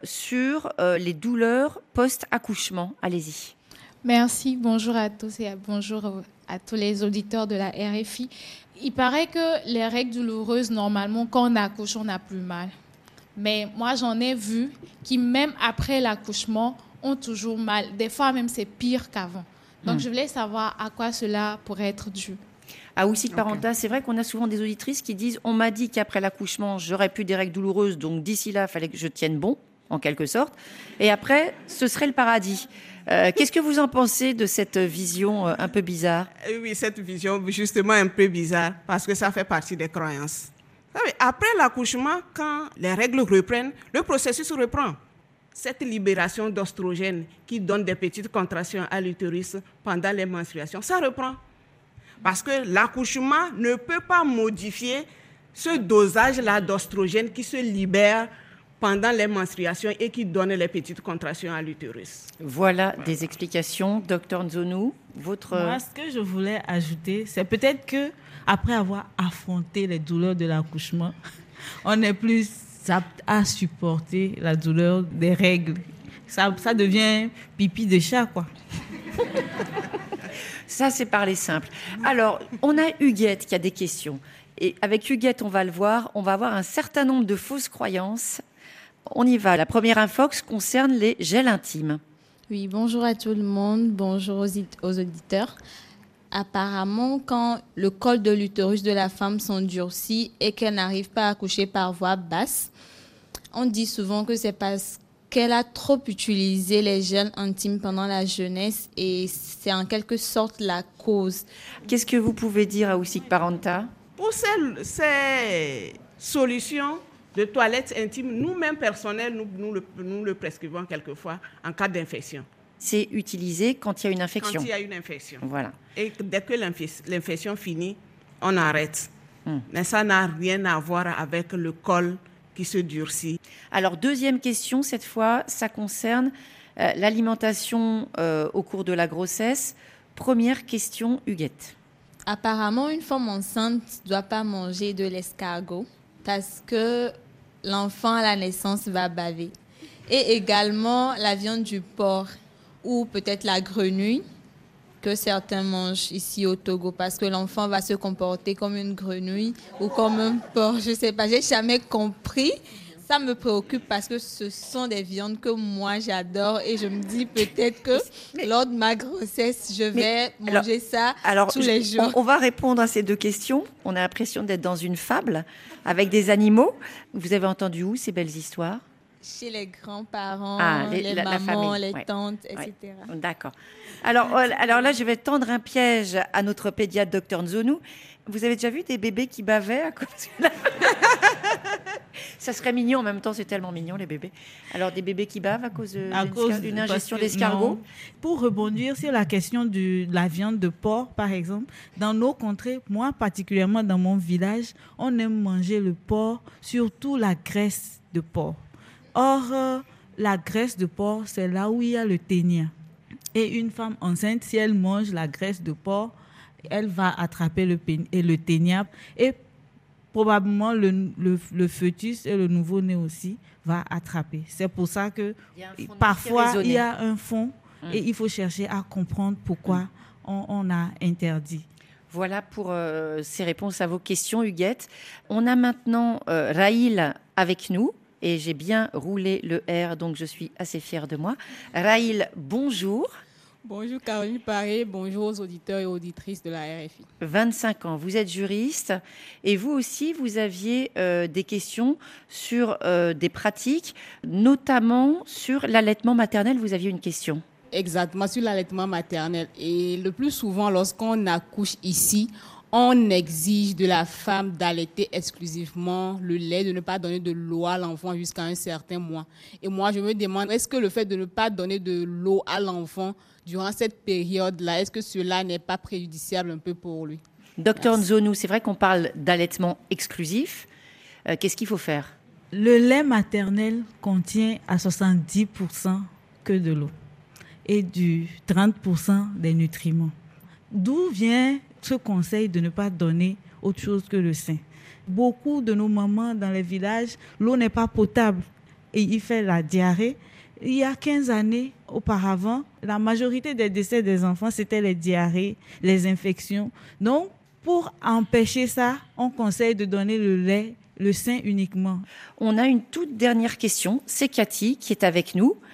sur euh, les douleurs post-accouchement. Allez-y. Merci, bonjour à tous et à, bonjour à tous les auditeurs de la R F I. Il paraît que les règles douloureuses, normalement, quand on accouche, on n'a plus mal. Mais moi, j'en ai vu qui, même après l'accouchement, ont toujours mal. Des fois même, c'est pire qu'avant. Donc, Hmm. je voulais savoir à quoi cela pourrait être dû. À Oussik Parenta, c'est vrai qu'on a souvent des auditrices qui disent « On m'a dit qu'après l'accouchement, j'aurais plus des règles douloureuses, donc d'ici là, il fallait que je tienne bon, en quelque sorte. Et après, ce serait le paradis. Euh, » Qu'est-ce que vous en pensez de cette vision euh, un peu bizarre ? Euh, Oui, cette vision justement un peu bizarre, parce que ça fait partie des croyances. Vous savez, après l'accouchement, quand les règles reprennent, le processus reprend. Cette libération d'ostrogène qui donne des petites contractions à l'utérus pendant les menstruations, ça reprend. Parce que l'accouchement ne peut pas modifier ce dosage-là d'ostrogène qui se libère pendant les menstruations et qui donne les petites contractions à l'utérus. Voilà des explications. Docteur Nzonou, votre... Moi, ce que je voulais ajouter, c'est peut-être que après avoir affronté les douleurs de l'accouchement, on est plus apte à supporter la douleur des règles. Ça, ça devient pipi de chat, quoi. Ça, c'est parler simple. Alors, on a Huguette qui a des questions. Et avec Huguette, on va le voir, on va avoir un certain nombre de fausses croyances. On y va. La première infox concerne les gels intimes. Oui, bonjour à tout le monde, bonjour aux, aux auditeurs. Apparemment, quand le col de l'utérus de la femme s'endurcit et qu'elle n'arrive pas à accoucher par voie basse, on dit souvent que c'est parce qu'elle a trop utilisé les gels intimes pendant la jeunesse et c'est en quelque sorte la cause. Qu'est-ce que vous pouvez dire à Oussik Parenta ? Pour ces, ces solutions de toilettes intimes, nous-mêmes personnels, nous, nous, le, nous le prescrivons quelquefois en cas d'infection. C'est utilisé quand il y a une infection. Quand il y a une infection. Voilà. Et dès que l'infection finit, on arrête. Hum. Mais ça n'a rien à voir avec le col qui se durcit. Alors, deuxième question, cette fois, ça concerne euh, l'alimentation euh, au cours de la grossesse. Première question, Huguette. Apparemment, une femme enceinte ne doit pas manger de l'escargot parce que l'enfant à la naissance va baver. Et également la viande du porc ou peut-être la grenouille que certains mangent ici au Togo parce que l'enfant va se comporter comme une grenouille ou comme un porc. Je ne sais pas, je n'ai jamais compris. Ça me préoccupe parce que ce sont des viandes que moi j'adore et je me dis peut-être que mais, lors de ma grossesse, je vais mais, manger alors, ça alors, tous les jours. On, on va répondre à ces deux questions. On a l'impression d'être dans une fable avec des animaux. Vous avez entendu où ces belles histoires ? Chez les grands-parents, ah, les, les la, mamans, la les ouais. tantes, et cetera. Ouais. D'accord. Alors, alors là, je vais tendre un piège à notre pédiatre, docteur Nzonou. Vous avez déjà vu des bébés qui bavaient à cause de la... Ça serait mignon, en même temps, c'est tellement mignon, les bébés. Alors, des bébés qui bavent à cause d'une ingestion d'escargot. Pour rebondir sur la question de la viande de porc, par exemple, dans nos contrées, moi particulièrement dans mon village, on aime manger le porc, surtout la graisse de porc. Or, euh, la graisse de porc, c'est là où il y a le ténia. Et une femme enceinte, si elle mange la graisse de porc, elle va attraper le, et le ténia. Et probablement, le, le, le fœtus et le nouveau-né aussi va attraper. C'est pour ça que parfois, il y a un fond hum. et il faut chercher à comprendre pourquoi hum. on, on a interdit. Voilà pour euh, ces réponses à vos questions, Huguette. On a maintenant euh, Raïl avec nous. Et j'ai bien roulé le R, donc je suis assez fière de moi. Raïl, bonjour. Bonjour Caroline Paré, bonjour aux auditeurs et auditrices de la R F I. vingt-cinq ans, vous êtes juriste et vous aussi, vous aviez euh, des questions sur euh, des pratiques, notamment sur l'allaitement maternel, vous aviez une question. Exactement, sur l'allaitement maternel. Et le plus souvent, lorsqu'on accouche ici, on exige de la femme d'allaiter exclusivement le lait, de ne pas donner de l'eau à l'enfant jusqu'à un certain mois. Et moi, je me demande, est-ce que le fait de ne pas donner de l'eau à l'enfant durant cette période-là, est-ce que cela n'est pas préjudiciable un peu pour lui ? Docteur Nzonou, c'est vrai qu'on parle d'allaitement exclusif. Euh, qu'est-ce qu'il faut faire ? Le lait maternel contient à soixante-dix pour cent que de l'eau et du trente pour cent des nutriments. D'où vient ce conseil de ne pas donner autre chose que le sein. Beaucoup de nos mamans dans les villages, l'eau n'est pas potable et il fait la diarrhée. Il y a quinze années auparavant, la majorité des décès des enfants, c'était les diarrhées, les infections. Donc, pour empêcher ça, on conseille de donner le lait, le sein uniquement. On a une toute dernière question. C'est Cathy qui est avec nous.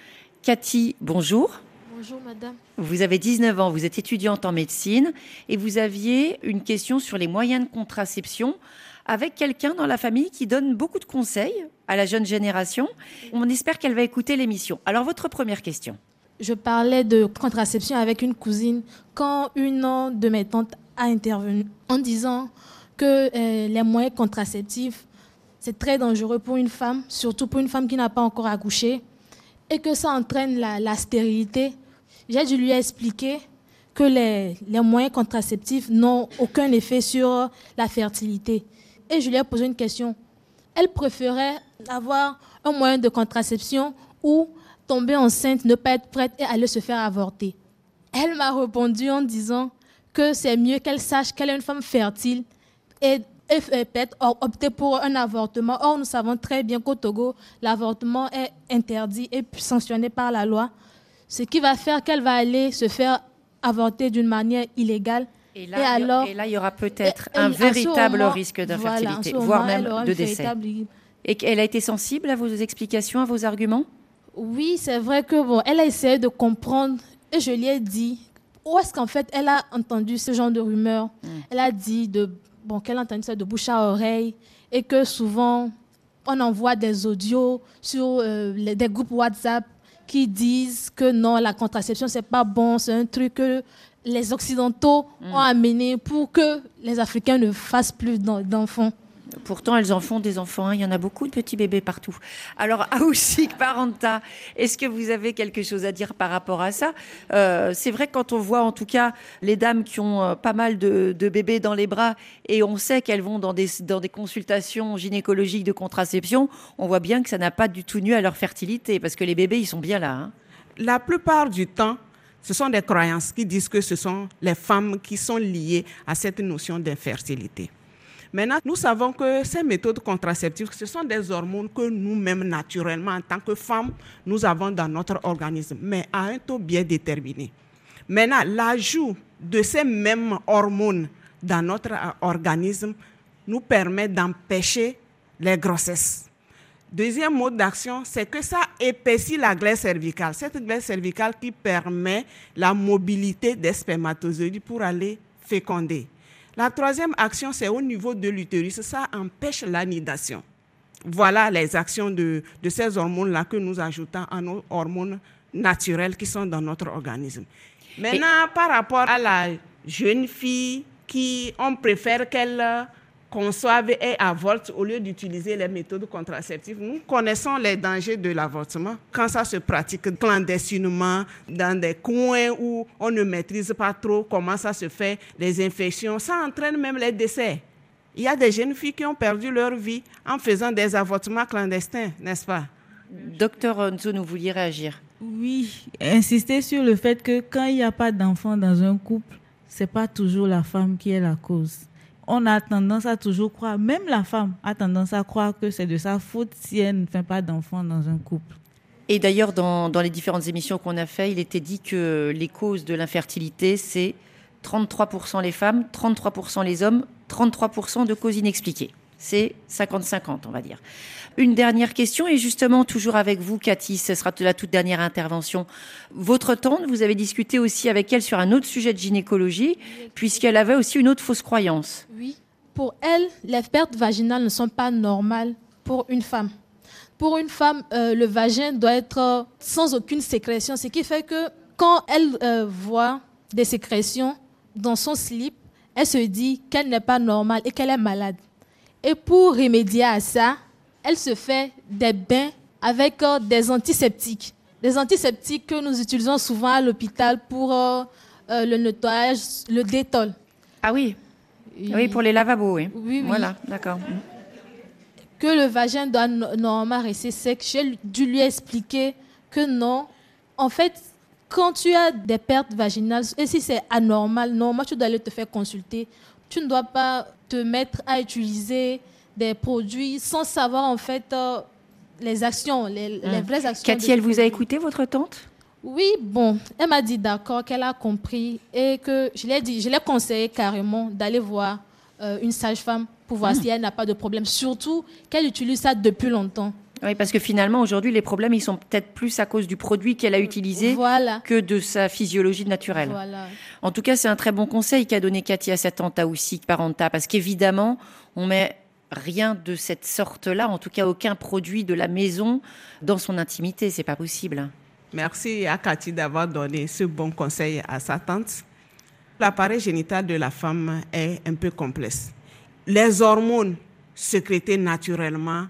Cathy, bonjour. Bonjour madame. Vous avez dix-neuf ans, vous êtes étudiante en médecine et vous aviez une question sur les moyens de contraception avec quelqu'un dans la famille qui donne beaucoup de conseils à la jeune génération. On espère qu'elle va écouter l'émission. Alors, votre première question. Je parlais de contraception avec une cousine quand une de mes tantes a intervenu en disant que euh, les moyens contraceptifs, c'est très dangereux pour une femme, surtout pour une femme qui n'a pas encore accouché, et que ça entraîne la, la stérilité. J'ai dû lui expliquer que les, les moyens contraceptifs n'ont aucun effet sur la fertilité. Et je lui ai posé une question. Elle préférait avoir un moyen de contraception ou tomber enceinte, ne pas être prête et aller se faire avorter. Elle m'a répondu en disant que c'est mieux qu'elle sache qu'elle est une femme fertile et, et, et peut-être opter pour un avortement. Or, nous savons très bien qu'au Togo, l'avortement est interdit et sanctionné par la loi, ce qui va faire qu'elle va aller se faire avorter d'une manière illégale. Et là, et, alors, et là, il y aura peut-être et, un et véritable moment, risque d'infertilité, voilà, voire moment, même de décès. Véritable... Et elle a été sensible à vos explications, à vos arguments? Oui, c'est vrai que bon, elle a essayé de comprendre et je lui ai dit où est-ce qu'en fait elle a entendu ce genre de rumeurs. Mm. Elle a dit de, bon, qu'elle a entendu ça de bouche à oreille et que souvent on envoie des audios sur euh, les, des groupes WhatsApp qui disent que non, la contraception c'est pas bon, c'est un truc que les Occidentaux mmh. ont amené pour que les Africains ne fassent plus d'enfants. Pourtant, elles en font des enfants. Hein. Il y en a beaucoup de petits bébés partout. Alors, Aoussik Paranta, est-ce que vous avez quelque chose à dire par rapport à ça? euh, C'est vrai que quand on voit, en tout cas, les dames qui ont euh, pas mal de, de bébés dans les bras et on sait qu'elles vont dans des, dans des consultations gynécologiques de contraception, on voit bien que ça n'a pas du tout nu à leur fertilité parce que les bébés, ils sont bien là. Hein. La plupart du temps, ce sont des croyances qui disent que ce sont les femmes qui sont liées à cette notion d'infertilité. Maintenant, nous savons que ces méthodes contraceptives, ce sont des hormones que nous-mêmes, naturellement, en tant que femmes, nous avons dans notre organisme, mais à un taux bien déterminé. Maintenant, l'ajout de ces mêmes hormones dans notre organisme nous permet d'empêcher les grossesses. Deuxième mode d'action, c'est que ça épaissit la glaire cervicale. Cette glaire cervicale qui permet la mobilité des spermatozoïdes pour aller féconder. La troisième action, c'est au niveau de l'utérus. Ça empêche l'anidation. Voilà les actions de, de ces hormones-là que nous ajoutons à nos hormones naturelles qui sont dans notre organisme. Maintenant, Et... par rapport à la jeune fille qui, on préfère qu'elle conçoivent et avortent au lieu d'utiliser les méthodes contraceptives. Nous connaissons les dangers de l'avortement. Quand ça se pratique clandestinement, dans des coins où on ne maîtrise pas trop comment ça se fait, les infections, ça entraîne même les décès. Il y a des jeunes filles qui ont perdu leur vie en faisant des avortements clandestins, n'est-ce pas? Docteur Nzonou, vous vouliez réagir? Oui, insister sur le fait que quand il n'y a pas d'enfant dans un couple, ce n'est pas toujours la femme qui est la cause. On a tendance à toujours croire, même la femme a tendance à croire que c'est de sa faute si elle ne fait pas d'enfant dans un couple. Et d'ailleurs, dans, dans les différentes émissions qu'on a faites, il était dit que les causes de l'infertilité, c'est trente-trois pour cent les femmes, trente-trois pour cent les hommes, trente-trois pour cent de causes inexpliquées. C'est cinquante cinquante, on va dire. Une dernière question, et justement, toujours avec vous, Cathy, ce sera la toute dernière intervention. Votre tante, vous avez discuté aussi avec elle sur un autre sujet de gynécologie, puisqu'elle avait aussi une autre fausse croyance. Oui. Pour elle, les pertes vaginales ne sont pas normales pour une femme. Pour une femme, euh, le vagin doit être sans aucune sécrétion, ce qui fait que quand elle euh, voit des sécrétions dans son slip, elle se dit qu'elle n'est pas normale et qu'elle est malade. Et pour remédier à ça, elle se fait des bains avec euh, des antiseptiques. Des antiseptiques que nous utilisons souvent à l'hôpital pour euh, euh, le nettoyage, le Détol. Ah oui, oui, oui pour les lavabos, oui. Oui, oui. Voilà, d'accord. Que le vagin doit normalement rester sec. J'ai dû lui expliquer que non. En fait, quand tu as des pertes vaginales, et si c'est anormal, normalement, tu dois aller te faire consulter. Tu ne dois pas te mettre à utiliser des produits sans savoir en fait euh, les actions, les, hum. les vraies actions. Cathy, elle vous a écouté, votre tante? Oui, bon, elle m'a dit d'accord, qu'elle a compris et que je l'ai dit, je l'ai conseillé carrément d'aller voir euh, une sage-femme pour voir hum. si elle n'a pas de problème. Surtout qu'elle utilise ça depuis longtemps. Oui, parce que finalement, aujourd'hui, les problèmes, ils sont peut-être plus à cause du produit qu'elle a utilisé Voilà. que de sa physiologie naturelle. Voilà. En tout cas, c'est un très bon conseil qu'a donné Cathy à sa tante aussi, Parenta, parce qu'évidemment, on met rien de cette sorte-là, en tout cas aucun produit de la maison dans son intimité, c'est pas possible. Merci à Cathy d'avoir donné ce bon conseil à sa tante. L'appareil génital de la femme est un peu complexe. Les hormones sécrétées naturellement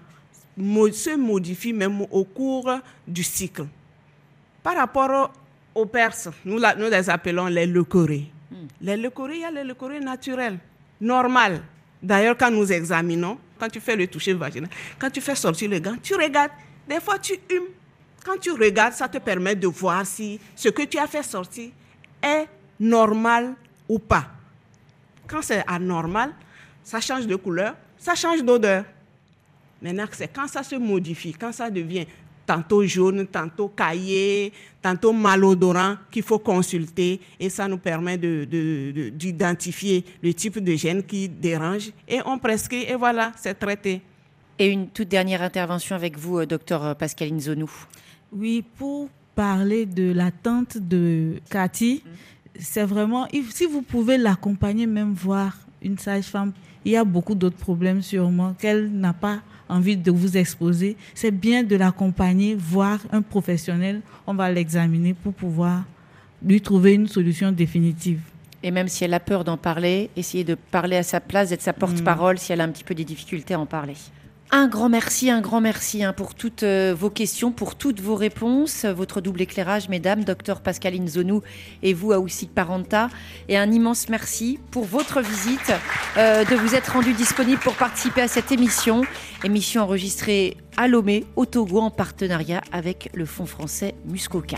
se modifient même au cours du cycle. Par rapport aux perses, nous, la, nous les appelons les leucorrhées. Mm. Les leucorrhées, il y a les leucorrhées naturelles, normales. D'ailleurs, quand nous examinons, quand tu fais le toucher vaginal, quand tu fais sortir le gant, tu regardes. Des fois, tu humes. Quand tu regardes, ça te permet de voir si ce que tu as fait sortir est normal ou pas. Quand c'est anormal, ça change de couleur, ça change d'odeur. Maintenant, c'est quand ça se modifie, quand ça devient tantôt jaune, tantôt caillé, tantôt malodorant, qu'il faut consulter. Et ça nous permet de, de, de, d'identifier le type de gène qui dérange. Et on prescrit, et voilà, c'est traité. Et une toute dernière intervention avec vous, docteur Pascaline Zonou. Oui, pour parler de la tante de Cathy, mmh. c'est vraiment, si vous pouvez l'accompagner, même voir une sage-femme, il y a beaucoup d'autres problèmes sûrement qu'elle n'a pas envie de vous exposer. C'est bien de l'accompagner, voir un professionnel, on va l'examiner pour pouvoir lui trouver une solution définitive. Et même si elle a peur d'en parler, essayer de parler à sa place, d'être sa porte-parole, mmh. si elle a un petit peu des difficultés à en parler. Un grand merci, un grand merci hein, pour toutes euh, vos questions, pour toutes vos réponses, votre double éclairage, mesdames, docteur Pascaline Zonou et vous, Aoussik Parenta. Et un immense merci pour votre visite, euh, de vous être rendu disponible pour participer à cette émission. Émission enregistrée à Lomé, au Togo, en partenariat avec le Fonds français Muskoka.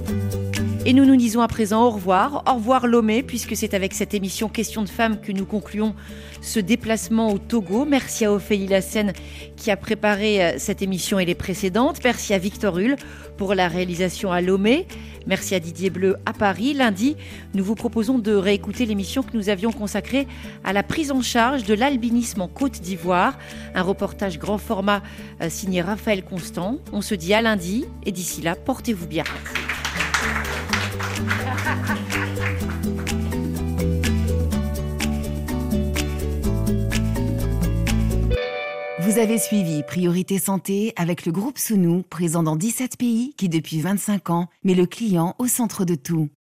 Et nous nous disons à présent au revoir. Au revoir Lomé, puisque c'est avec cette émission Questions de femmes que nous concluons ce déplacement au Togo. Merci à Ophélie Lassène qui a préparé cette émission et les précédentes. Merci à Victor Hull pour la réalisation à Lomé. Merci à Didier Bleu à Paris. Lundi, nous vous proposons de réécouter l'émission que nous avions consacrée à la prise en charge de l'albinisme en Côte d'Ivoire. Un reportage grand format signé Raphaël Constant. On se dit à lundi et d'ici là, portez-vous bien. Vous avez suivi Priorité Santé avec le groupe Sounou, présent dans dix-sept pays qui, depuis vingt-cinq ans, met le client au centre de tout.